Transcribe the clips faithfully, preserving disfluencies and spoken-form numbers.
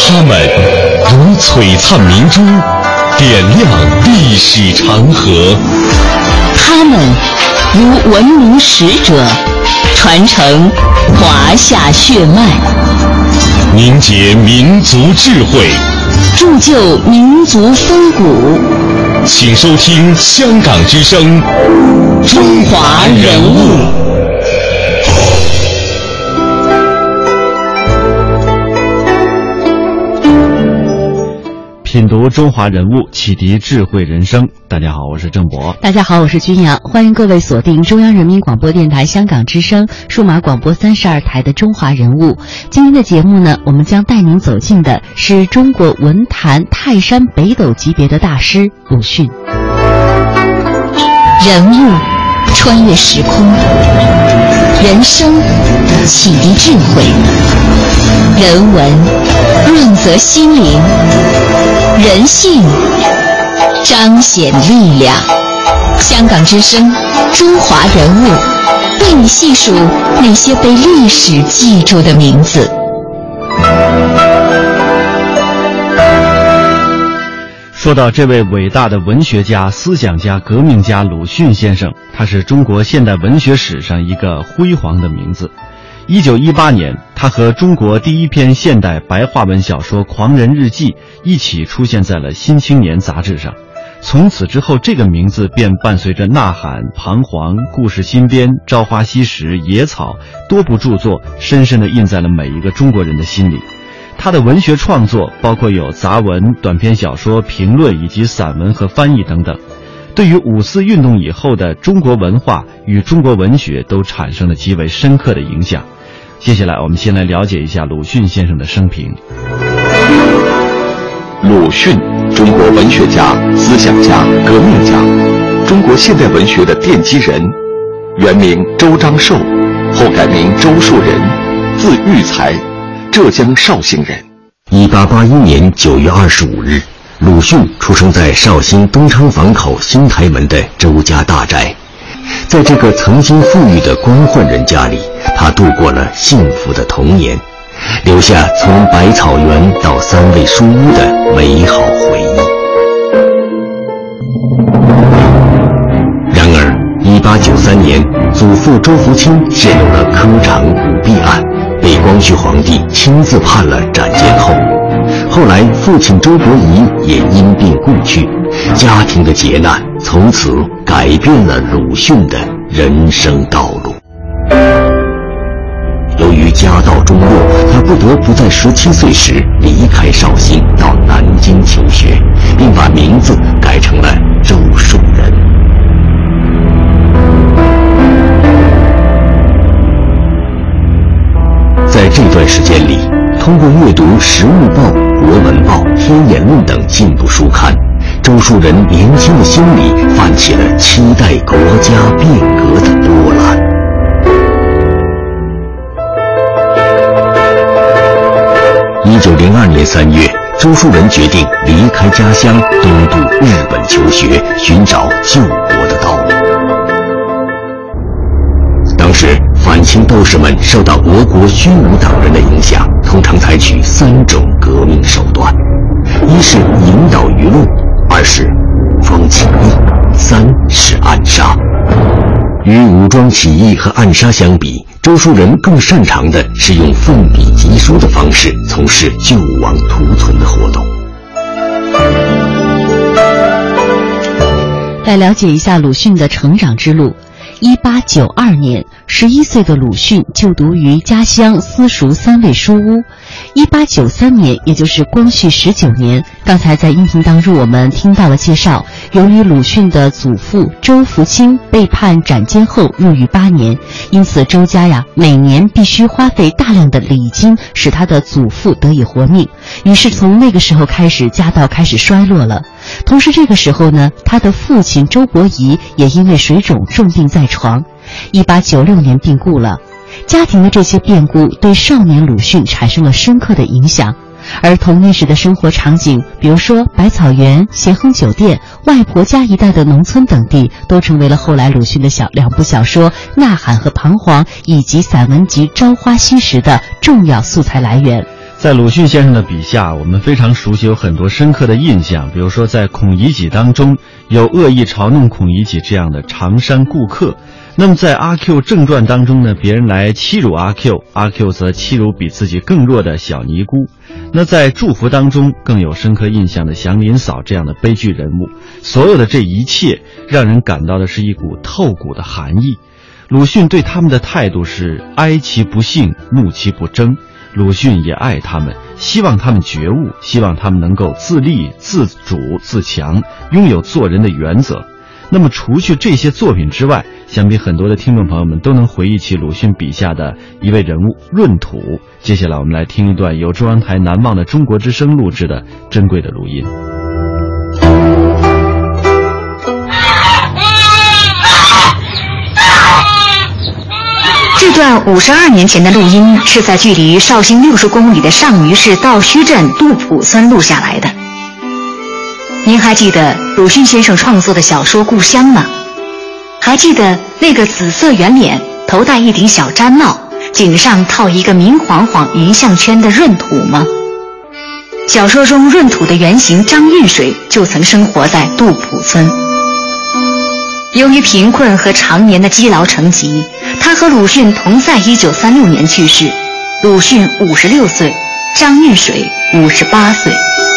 他们如璀璨明珠，点亮历史长河； 他们如文明使者，传承华夏血脉， 凝结民族智慧， 铸就民族风骨。 请收听香港之声《中华人物》。 品读中华人物，启迪智慧人生。大家好，我是郑博。 大家好，我是君阳。欢迎各位锁定中央人民广播电台香港之声数码广播三十二台的中华人物。今天的节目呢，我们将带您走进的是中国文坛泰山北斗级别的大师鲁迅。人物穿越时空，人生启迪智慧，人文润泽心灵，人性彰显力量。香港之声中华人物，为你细数那些被历史记住的名字。 说到这位伟大的文学家、思想家、革命家鲁迅先生，他是中国现代文学史上一个辉煌的名字。一九一八年，他和中国第一篇现代白话文小说《狂人日记》一起出现在了《新青年》杂志上。从此之后，这个名字便伴随着《呐喊》《彷徨》《故事新编》《朝花夕拾》《野草》多部著作，深深地印在了每一个中国人的心里。他的文学创作包括有杂文、短篇小说、评论以及散文和翻译等等，对于五四运动以后的中国文化与中国文学都产生了极为深刻的影响。接下来我们先来了解一下鲁迅先生的生平。 鲁迅，中国文学家、思想家、革命家，中国现代文学的奠基人。原名周章寿，后改名周树人，字育才，浙江绍兴人。 一八八一年九月二十五日，鲁迅出生在绍兴东昌坊口新台门的周家大宅。在这个曾经富裕的官宦人家里，他度过了幸福的童年，留下从百草园到三味书屋的美好回忆。然而一八九三年，祖父周福清陷入了科场舞弊案，被光绪皇帝亲自判了斩监后。后来父亲周伯仪也因病故去，家庭的劫难从此改变了鲁迅的人生道路。由于家道中落，他不得不在十七岁时离开绍兴到南京求学，并把名字改成了周树人。在这段时间里，通过阅读《时务报》《国文报》《天演论》等进步书刊，周树人年轻的心里泛起了期待国家变革的波澜。一九零二年三月，周树人决定离开家乡，东渡日本求学，寻找救国的道路。当时反清斗士们受到俄国虚无党人的影响，通常采取三种革命手段：一是引导舆论，二是武装起义，三是暗杀。与武装起义和暗杀相比，周树人更擅长的是用奋笔疾书的方式从事救亡图存的活动。 来了解一下鲁迅的成长之路。一八九二年，十一岁的鲁迅就读于家乡私塾三味书屋。一八九三年，也就是光绪十九年，刚才在音频当中我们听到了介绍，由于鲁迅的祖父周福清被判斩监后入狱八年，因此周家呀每年必须花费大量的礼金，使他的祖父得以活命。于是从那个时候开始，家道开始衰落了。同时这个时候呢，他的父亲周伯仪也因为水肿重病在床，一八九六年病故了。家庭的这些变故对少年鲁迅产生了深刻的影响，而童年时的生活场景，比如说百草园、咸亨酒店、外婆家一带的农村等地，都成为了后来鲁迅的小两部小说《呐喊》和《彷徨》以及散文集《朝花夕拾》的重要素材来源。 在鲁迅先生的笔下，我们非常熟悉，有很多深刻的印象。比如说，在《孔乙己》当中，有恶意嘲弄孔乙己这样的常山顾客；那么在《阿 Q 正传》当中呢，别人来欺辱阿 Q， 阿 Q 则欺辱比自己更弱的小尼姑。那在《祝福》当中，更有深刻印象的祥林嫂这样的悲剧人物。所有的这一切，让人感到的是一股透骨的寒意。鲁迅对他们的态度是哀其不幸，怒其不争。鲁迅也爱他们，希望他们觉悟，希望他们能够自立、自主、自强，拥有做人的原则。那么除去这些作品之外，想必很多的听众朋友们都能回忆起鲁迅笔下的一位人物闰土。接下来我们来听一段由中央台难忘的中国之声录制的珍贵的录音。 这段五十二年前的录音是在距离绍兴六十公里的上虞市道虚镇杜浦村录下来的。您还记得鲁迅先生创作的小说《故乡》吗？还记得那个紫色圆脸、头戴一顶小毡帽、颈上套一个明晃晃云项圈的闰土吗？小说中闰土的原型张运水就曾生活在杜浦村。由于贫困和常年的积劳成疾，他和鲁迅同在一九三六年去世，鲁迅五十六岁，张运水五十八岁。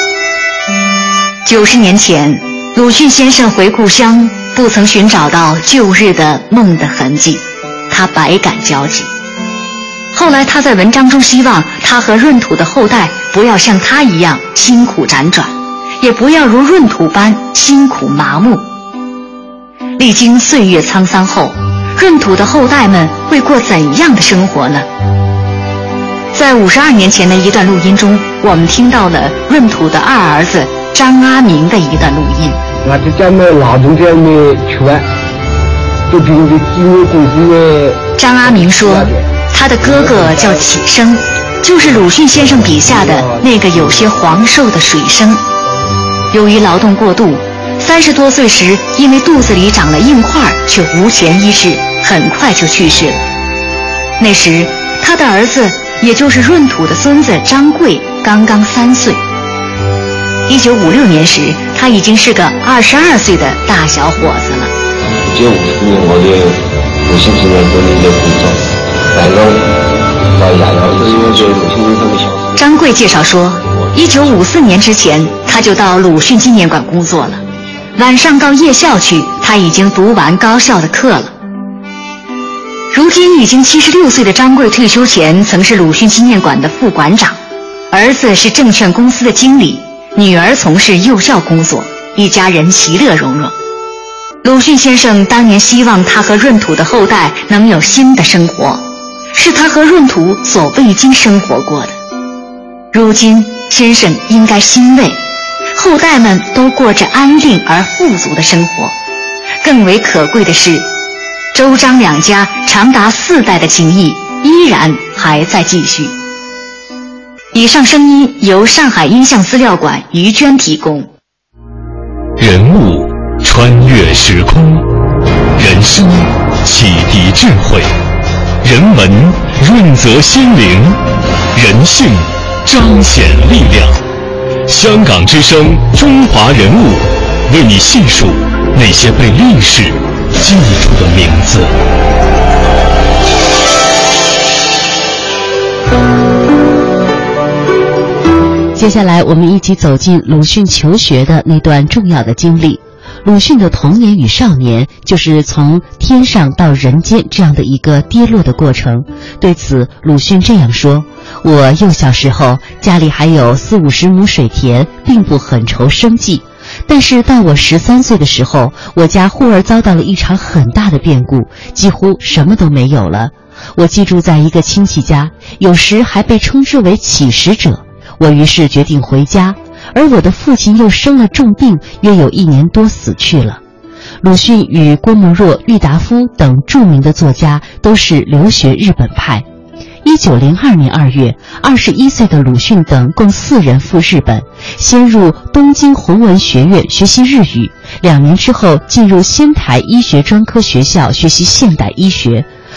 九十年前，鲁迅先生回故乡，不曾寻找到旧日的梦的痕迹，他百感交集。后来他在文章中希望他和闰土的后代不要像他一样辛苦辗转，也不要如闰土般辛苦麻木。历经岁月沧桑后，闰土的后代们会过怎样的生活呢？在五十二年前的一段录音中，我们听到了闰土的二儿子张阿明的一段录音。 我这家的劳动者没全，就凭着几年工资。 张阿明说，他的哥哥叫启生，就是鲁迅先生笔下的那个有些黄瘦的水生。由于劳动过度，三十多岁时因为肚子里长了硬块，却无钱医治，很快就去世了。那时他的儿子，也就是闰土的孙子张贵刚刚三岁。一九五六年时，他已经是个二十二岁的大小伙子了。 一九五四年，我就鲁迅先生做了一个工作，办公到亚阳，是因为做鲁迅先生的小说。 张贵介绍说，一九五四年之前，他就到鲁迅纪念馆工作了。晚上到夜校去，他已经读完高校的课了。如今已经七十六岁的张贵退休前曾是鲁迅纪念馆的副馆长，儿子是证券公司的经理，女儿从事幼教工作，一家人其乐融融。鲁迅先生当年希望他和闰土的后代能有新的生活，是他和闰土所未经生活过的。如今先生应该欣慰，后代们都过着安定而富足的生活。更为可贵的是，周张两家长达四代的情谊依然还在继续。以上声音由上海音像资料馆于娟提供。 人物穿越时空，人生启迪智慧，人文润泽心灵，人性彰显力量。香港之声中华人物，为你细数那些被历史记住的名字。 接下来我们一起走进鲁迅求学的那段重要的经历。鲁迅的童年与少年就是从天上到人间这样的一个跌落的过程。对此，鲁迅这样说：我幼小时候家里还有四五十亩水田，并不很愁生计。但是到我十三岁的时候，我家忽而遭到了一场很大的变故，几乎什么都没有了。我寄住在一个亲戚家，有时还被称之为乞食者。我于是决定回家，而我的父亲又生了重病，约有一年多死去了。鲁迅与郭沫若、郁达夫等著名的作家都是留学日本派。一九零二年二月，二十一岁的鲁迅等共四人赴日本，先入东京弘文学院学习日语，两年之后进入仙台医学专科学校学习现代医学。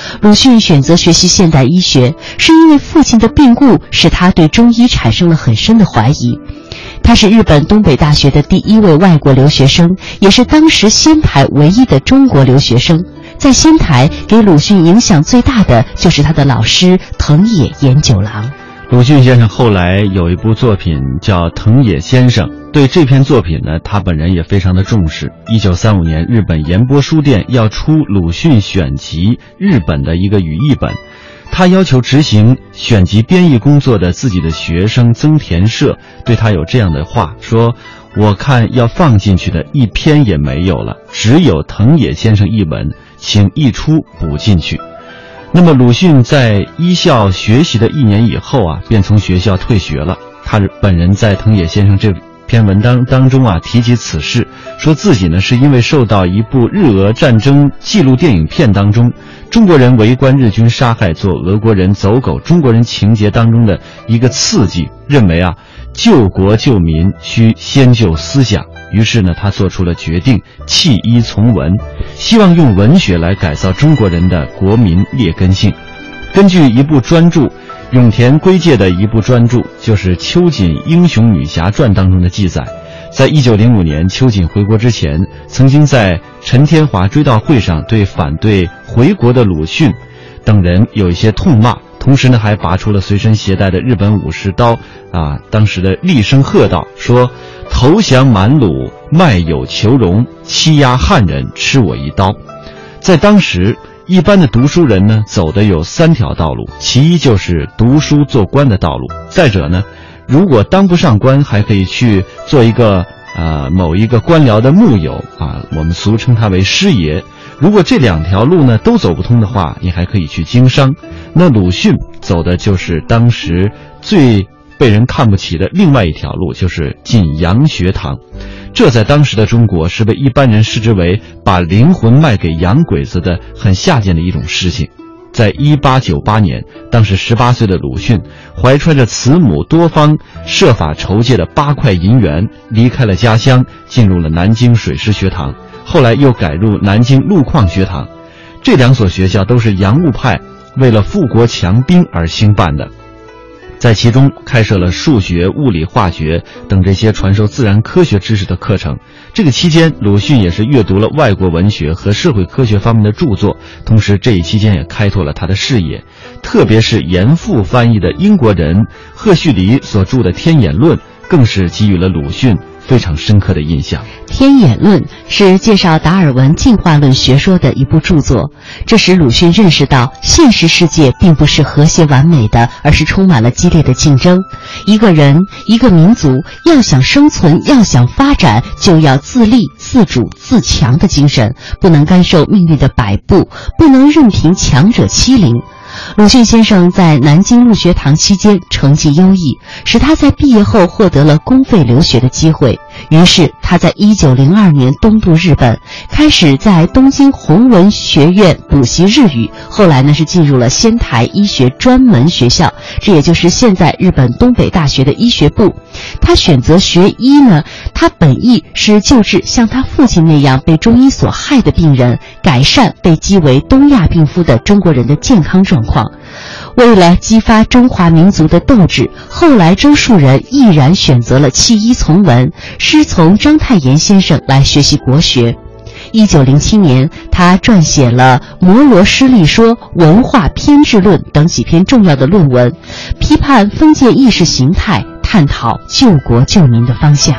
鲁迅选择学习现代医学，是因为父亲的病故使他对中医产生了很深的怀疑。他是日本东北大学的第一位外国留学生，也是当时仙台唯一的中国留学生。在仙台，给鲁迅影响最大的就是他的老师藤野研九郎。 鲁迅先生后来有一部作品叫《藤野先生》，对这篇作品呢，他本人也非常的重视。一九三五年，日本岩波书店要出鲁迅选集日本的一个语译本，他要求执行选集编译工作的自己的学生曾田社对他有这样的话说：我看要放进去的一篇也没有了，只有藤野先生一本，请译出补进去。那么鲁迅在医校学习的一年以后啊，便从学校退学了。他本人在藤野先生这篇文章当中啊提及此事，说自己呢是因为受到一部日俄战争纪录电影片当中中国人围观日军杀害做俄国人走狗中国人情节当中的一个刺激，认为啊救国救民需先救思想，于是呢他做出了决定，弃医从文，希望用文学来改造中国人的国民劣根性。根据一部专著，永田圭介的一部专著，就是秋瑾英雄女侠传当中的记载，在一九零五年秋瑾回国之前，曾经在陈天华追悼会上对反对回国的鲁迅等人有一些痛骂，同时呢还拔出了随身携带的日本武士刀啊，当时的厉声喝道说：投降蛮鲁，卖友求荣，欺压汉人，吃我一刀。在当时一般的读书人呢走的有三条道路，其一就是读书做官的道路，再者呢如果当不上官，还可以去做一个呃某一个官僚的幕友啊，我们俗称他为师爷。如果这两条路呢都走不通的话，你还可以去经商。那鲁迅走的就是当时最被人看不起的另外一条路，就是进洋学堂。这在当时的中国是被一般人视之为把灵魂卖给洋鬼子的很下贱的一种事情。在一八九八年，当时十八岁的鲁迅怀揣着慈母多方设法筹借的八块银元，离开了家乡，进入了南京水师学堂，后来又改入南京陆矿学堂。这两所学校都是洋务派为了富国强兵而兴办的，在其中开设了数学、物理、化学等这些传授自然科学知识的课程。这个期间，鲁迅也是阅读了外国文学和社会科学方面的著作，同时这一期间也开拓了他的视野，特别是严复翻译的英国人赫胥黎所著的《天演论》，更是给予了鲁迅非常深刻的印象。 天演论是介绍达尔文进化论学说的一部著作，这使鲁迅认识到现实世界并不是和谐完美的，而是充满了激烈的竞争。一个人一个民族要想生存，要想发展，就要自立自主自强的精神，不能干受命运的摆布，不能任凭强者欺凌。鲁迅先生在南京陆学堂期间成绩优异，使他在毕业后获得了公费留学的机会。于是他在一九零二年东渡日本，开始在东京弘文学院补习日语，后来呢是进入了仙台医学专门学校，这也就是现在日本东北大学的医学部。他选择学医呢，他本意是救治像他父亲那样被中医所害的病人，改善被讥为东亚病夫的中国人的健康状况。为了激发中华民族的斗志，后来周树人毅然选择了弃医从文，师从章太炎先生来学习国学。一九零七年，他撰写了《摩罗诗力说》《文化偏执论》等几篇重要的论文，批判封建意识形态，探讨救国救民的方向。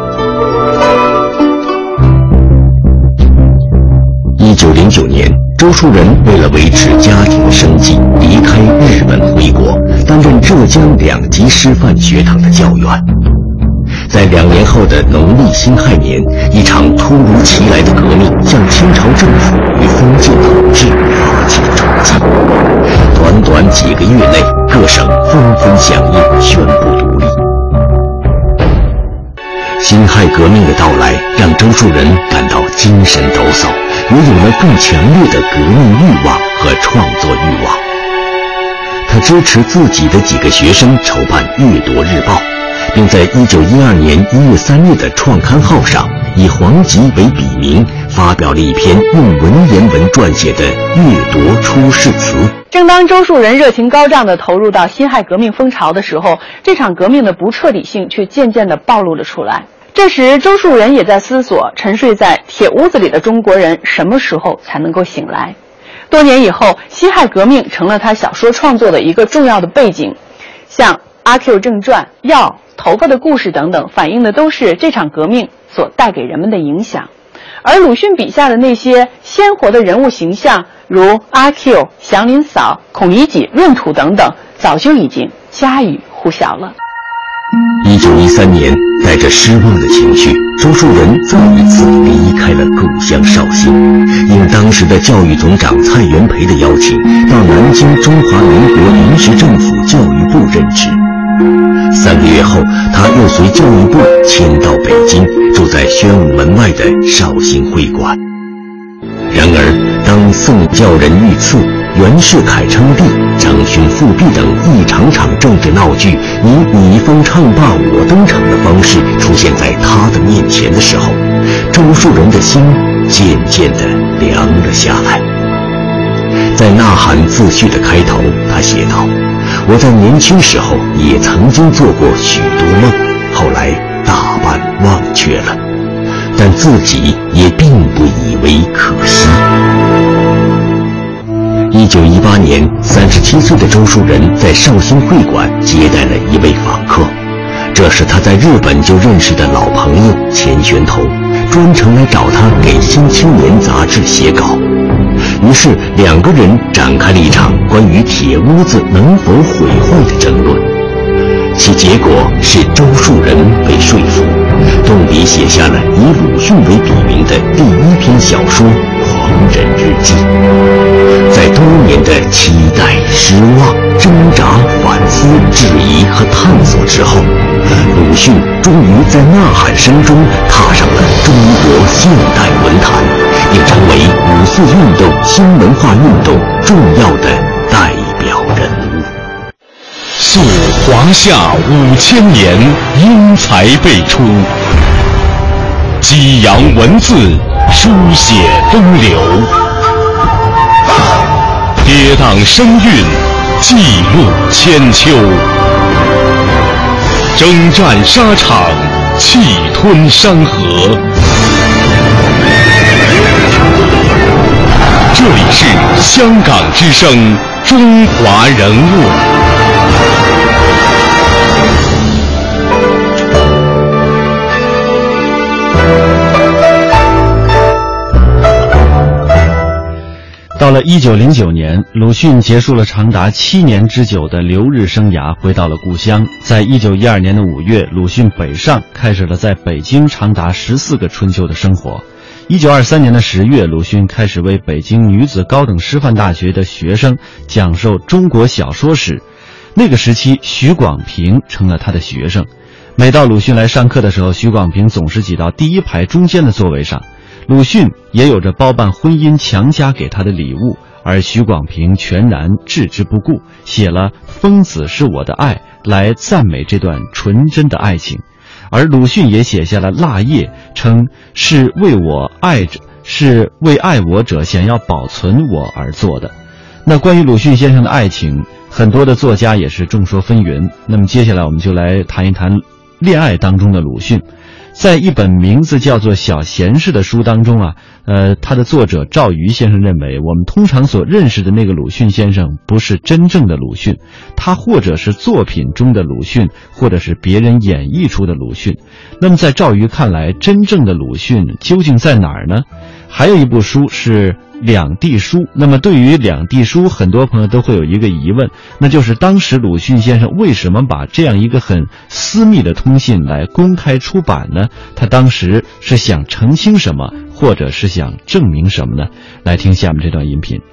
一九零九年，周树人为了维持家庭的生计，离开日本回国，担任浙江两级师范学堂的教员。在两年后的农历辛亥年，一场突如其来的革命向清朝政府与封建统治发起了冲击。短短几个月内，各省纷纷响应宣布独立。辛亥革命的到来让周树人感到精神抖擞，也有了更强烈的革命欲望和创作欲望。他支持自己的几个学生筹办《阅读日报》，并在一九一二年一月三日的创刊号上以黄吉为笔名，发表了一篇用文言文撰写的阅夺出世词。 正当周树人热情高涨地投入到辛亥革命风潮的时候，这场革命的不彻底性却渐渐地暴露了出来。这时周树人也在思索，沉睡在铁屋子里的中国人什么时候才能够醒来。多年以后，辛亥革命成了他小说创作的一个重要的背景，像《阿 Q 正传》、药、头发的故事等等，反映的都是这场革命所带给人们的影响。而鲁迅笔下的那些鲜活的人物形象，如阿 Q、祥林嫂、孔乙己、闰土等等，早就已经家喻户晓了。 一九一三年，带着失望的情绪，周树人再一次离开了故乡绍兴，应当时的教育总长蔡元培的邀请，到南京中华民国临时政府教育部任职。三个月后，他又随教育部迁到北京，住在宣武门外的绍兴会馆。然而，当宋教仁遇刺、袁世凯称帝、张勋复辟等一场场政治闹剧以你方唱罢我登场的方式出现在他的面前的时候，周树人的心渐渐地凉了下来。在《呐喊》自序的开头，他写道：我在年轻时候也曾经做过许多梦，后来大半忘却了，但自己也并不以为可惜。一九一八年，三十七岁的周树人在绍兴会馆接待了一位访客，这是他在日本就认识的老朋友钱玄同，专程来找他给《新青年》杂志写稿。于是两个人展开了一场关于铁屋子能否毁坏的争论，其结果是周树人被说服，动笔写下了以鲁迅为笔名的第一篇小说《狂人日记》。在多年的期待、失望、挣扎、反思、质疑和探索之后，鲁迅终于在呐喊声中踏上了中国现代文坛，并成为五四运动、新文化运动重要的代表人物。 溯华夏五千年，英才辈出，激扬文字，书写风流，跌宕声韵，记录千秋，征战沙场，气吞山河。这里是香港之声，中华人物。 到了一九零九年，鲁迅结束了长达七年之久的留日生涯，回到了故乡。在一九一二年的五月，鲁迅北上，开始了在北京长达十四个春秋的生活。一九二三年的十月，鲁迅开始为北京女子高等师范大学的学生讲授中国小说史。那个时期，许广平成了他的学生。每到鲁迅来上课的时候，许广平总是挤到第一排中间的座位上。鲁迅也有着包办婚姻强加给他的礼物，而许广平全然置之不顾，写了《疯子是我的爱》来赞美这段纯真的爱情。而鲁迅也写下了《腊夜》，称是为我爱者，是为爱我者想要保存我而做的。那关于鲁迅先生的爱情，很多的作家也是众说纷纭。那么接下来我们就来谈一谈恋爱当中的鲁迅。在一本名字叫做《小闲事》的书当中啊，呃，他的作者赵瑜先生认为，我们通常所认识的那个鲁迅先生不是真正的鲁迅，他或者是作品中的鲁迅，或者是别人演绎出的鲁迅。那么在赵瑜看来，真正的鲁迅究竟在哪儿呢？还有一部书是《两地书》，那么对于《两地书》，很多朋友都会有一个疑问，那就是当时鲁迅先生为什么把这样一个很私密的通信来公开出版呢？他当时是想澄清什么，或者是想证明什么呢？来听下面这段音频。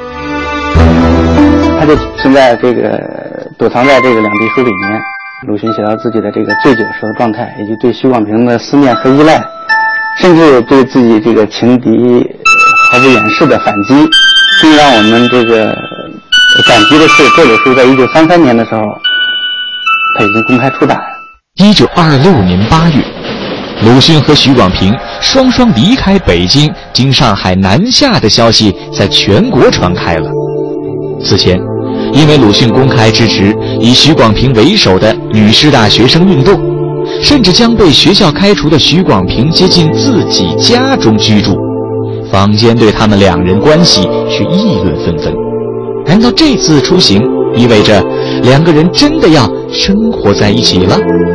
他就存在这个躲藏在这个《两地书》里面，鲁迅写到自己的这个醉酒时候的状态，以及对许广平的思念和依赖，甚至对自己这个情敌毫不掩饰的反击。更让我们这个感激的是，这本书在一九三三年的时候，他已经公开出版。 一九二六年八月， 鲁迅和许广平双双离开北京，经上海南下的消息在全国传开了。此前，因为鲁迅公开支持以许广平为首的女师大学生运动，甚至将被学校开除的许广平接进自己家中居住，坊间对他们两人关系是议论纷纷。难道这次出行意味着两个人真的要生活在一起了？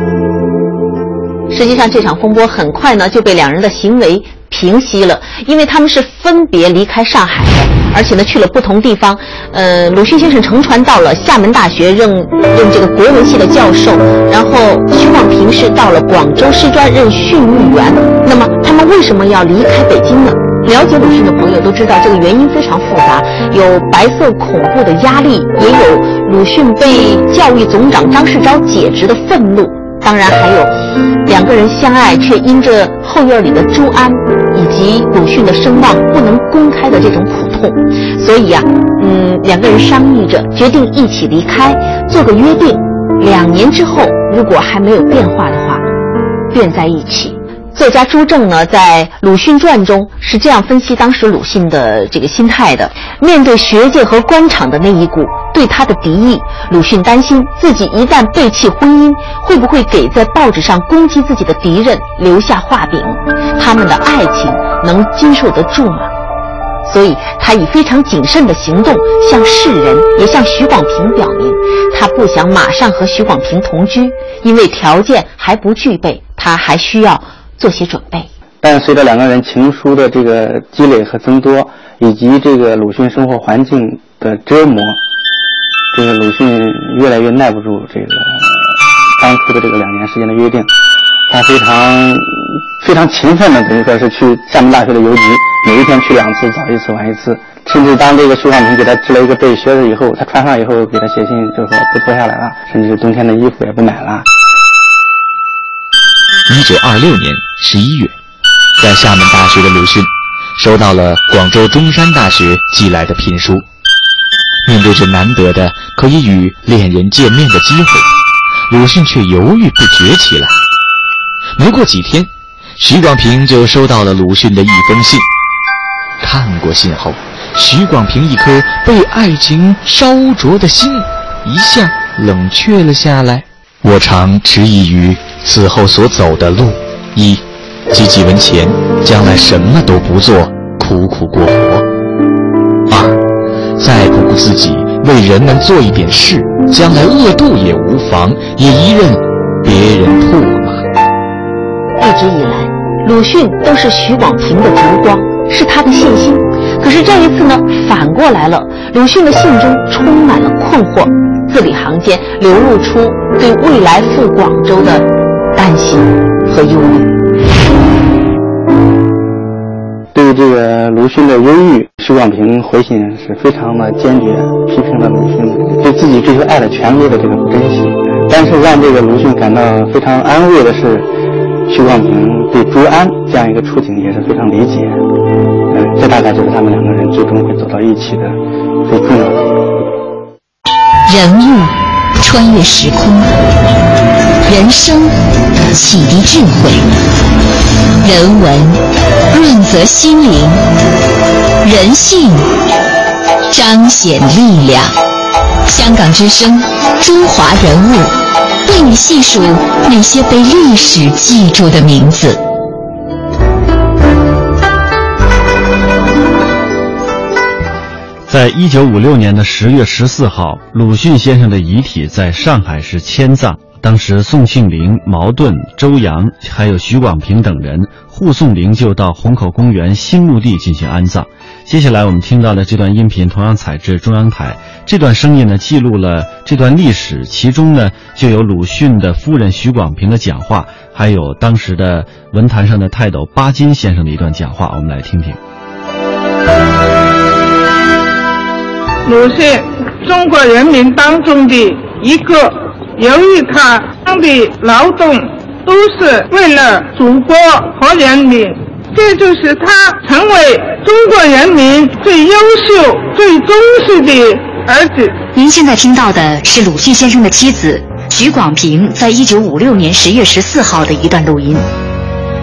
实际上这场风波很快呢就被两人的行为平息了，因为他们是分别离开上海的，而且呢去了不同地方。呃，鲁迅先生乘船到了厦门大学任任这个国文系的教授，然后许广平是到了广州师专任训育员。那么他们为什么要离开北京呢？了解鲁迅的朋友都知道，这个原因非常复杂，有白色恐怖的压力，也有鲁迅被教育总长张世钊解职的愤怒，当然还有两个人相爱却因着后院里的朱安以及鲁迅的声望不能公开的这种苦痛。所以啊，嗯，两个人商议着决定一起离开，做个约定，两年之后如果还没有变化的话，便在一起。作家朱正呢，在《鲁迅传》中是这样分析当时鲁迅的这个心态的：面对学界和官场的那一股对他的敌意，鲁迅担心自己一旦背弃婚姻，会不会给在报纸上攻击自己的敌人留下画饼？他们的爱情能经受得住吗？所以他以非常谨慎的行动向世人也向许广平表明，他不想马上和许广平同居，因为条件还不具备，他还需要做些准备。 但随着两个人情书的这个积累和增多，以及这个鲁迅生活环境的折磨，这个鲁迅越来越耐不住这个当初的这个两年时间的约定。他非常非常勤奋的等于说是去厦门大学的邮局，每一天去两次，早一次晚一次。甚至当这个许广平给他织了一个背靴子以后，他穿上以后给他写信就说不脱下来了，甚至冬天的衣服也不买了。 一九二六年十一月，在厦门大学的鲁迅收到了广州中山大学寄来的聘书。面对这难得的可以与恋人见面的机会，鲁迅却犹豫不决起来。没过几天，许广平就收到了鲁迅的一封信。看过信后，许广平一颗被爱情烧灼的心一下冷却了下来。我常迟疑于此后所走的路：一，积几文钱，将来什么都不做，苦苦过活；二，再不顾自己为人们做一点事，将来饿肚也无妨，也一任别人唾骂。 一直以来，鲁迅都是许广平的烛光，是他的信心。可是这一次呢，反过来了，鲁迅的信中充满了困惑，字里行间流露出对未来赴广州的担心和忧虑。 对于这个鲁迅的忧郁，许广平回信是非常的坚决，批评了鲁迅对自己追求爱的权威的这个不珍惜。但是让这个鲁迅感到非常安慰的是，许广平对朱安这样一个处境也是非常理解。呃，这大概就是他们两个人最终会走到一起的最重要的一个。 人物穿越时空，人生启迪智慧，人文润泽心灵，人性彰显力量。香港之声，中华人物，为你细数那些被历史记住的名字。 在一九五六年的十月十四号，鲁迅先生的遗体在上海市迁葬。当时宋庆龄、茅盾、周扬还有许广平等人护送灵柩到虹口公园新墓地进行安葬。接下来我们听到的这段音频同样采自中央台，这段声音呢记录了这段历史，其中呢就有鲁迅的夫人许广平的讲话，还有当时的文坛上的泰斗巴金先生的一段讲话，我们来听听。 鲁迅，中国人民当中的一个，由于他的劳动都是为了祖国和人民，这就是他成为中国人民最优秀、最忠实的儿子。 您现在听到的是鲁迅先生的妻子许广平在一九五六年十月十四号的一段录音。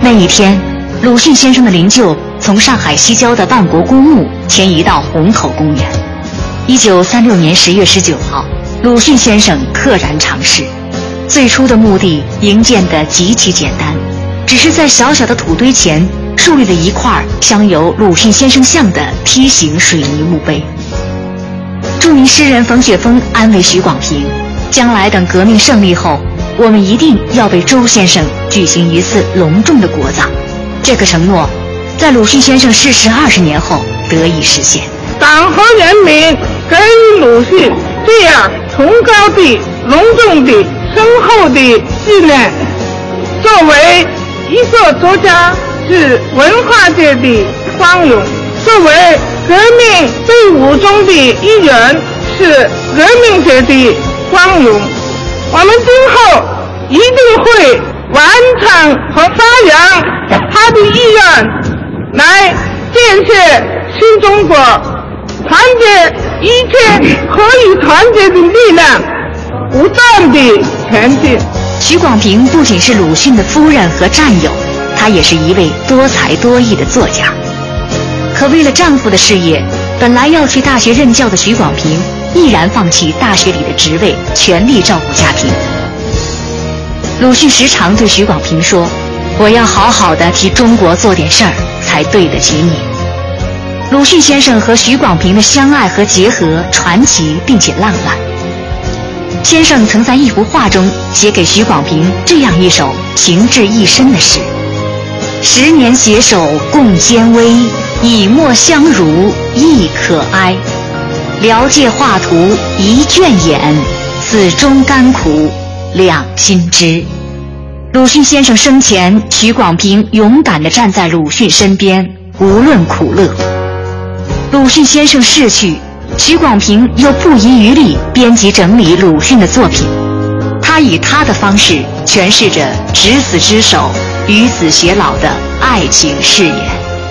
那一天，鲁迅先生的灵柩从上海西郊的万国公墓迁移到虹口公园。一九三六年十月十九号，鲁迅先生溘然长逝。最初的目的营建得极其简单，只是在小小的土堆前树立了一块镶有鲁迅先生像的梯形水泥墓碑。著名诗人冯雪峰安慰许广平，将来等革命胜利后，我们一定要为周先生举行一次隆重的国葬。这个承诺在鲁迅先生逝世二十年后得以实现。 党和人民给予鲁迅这样崇高的、隆重的、深厚的纪念。作为一个作家，是文化界的光荣；作为革命队伍中的一员，是革命者的光荣。我们今后一定会完成和发扬他的意愿，来建设新中国，团结一切可以团结的力量，不断地前进。 许广平不仅是鲁迅的夫人和战友，她也是一位多才多艺的作家。可为了丈夫的事业，本来要去大学任教的许广平毅然放弃大学里的职位，全力照顾家庭。鲁迅时常对许广平说：“我要好好的替中国做点事儿，才对得起你。”鲁迅先生和许广平的相爱和结合传奇并且浪漫。先生曾在一幅画中写给许广平这样一首情至意深的诗：十年携手共艰危，以沫相濡亦可哀。辽界画图一卷眼，此中甘苦两心知。鲁迅先生生前，许广平勇敢地站在鲁迅身边，无论苦乐。鲁迅先生逝去，许广平又不遗余力编辑整理鲁迅的作品。他以他的方式诠释着执子之手，与子偕老的爱情誓言。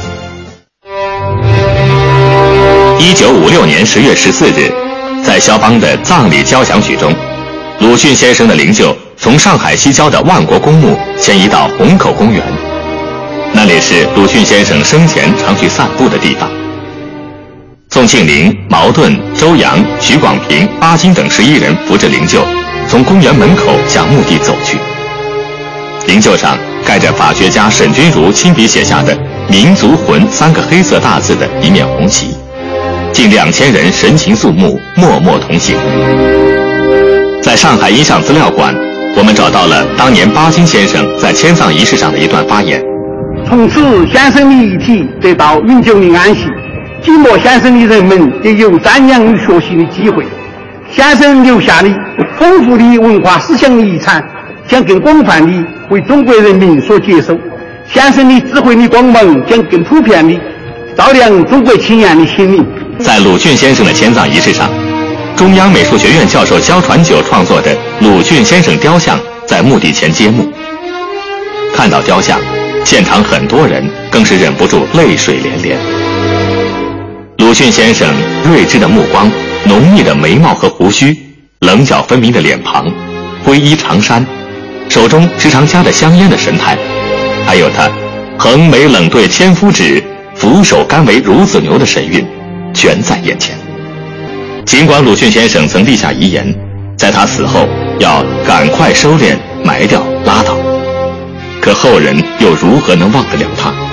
一九五六年十月十四日，在肖邦的葬礼交响曲中，鲁迅先生的灵柩从上海西郊的万国公墓迁移到虹口公园，那里是鲁迅先生生前常去散步的地方。宋庆龄、茅盾、周扬、许广平、巴金等十一人扶着灵柩，从公园门口向墓地走去。灵柩上盖着法学家沈钧儒亲笔写下的“民族魂”三个黑色大字的一面红旗，近两千人神情肃穆，默默同行。在上海音像资料馆，我们找到了当年巴金先生在迁葬仪式上的一段发言。 从此先生的遗体得到永久的安息，寂寞先生的人们也有瞻仰与学习的机会。先生留下的丰富的文化思想的遗产将更广泛地为中国人民所接受，先生的智慧的光芒将更普遍地照亮中国青年的心灵。 在鲁迅先生的迁葬仪式上，中央美术学院教授焦传九创作的鲁迅先生雕像在墓地前揭幕。看到雕像，现场很多人更是忍不住泪水连连。鲁迅先生睿智的目光，浓密的眉毛和胡须，棱角分明的脸庞，灰衣长衫，手中时常夹着香烟的神态，还有他横眉冷对千夫指，俯首甘为孺子牛的神韵，全在眼前。尽管鲁迅先生曾立下遗言，在他死后要赶快收敛、埋掉、拉倒，可后人又如何能忘得了他？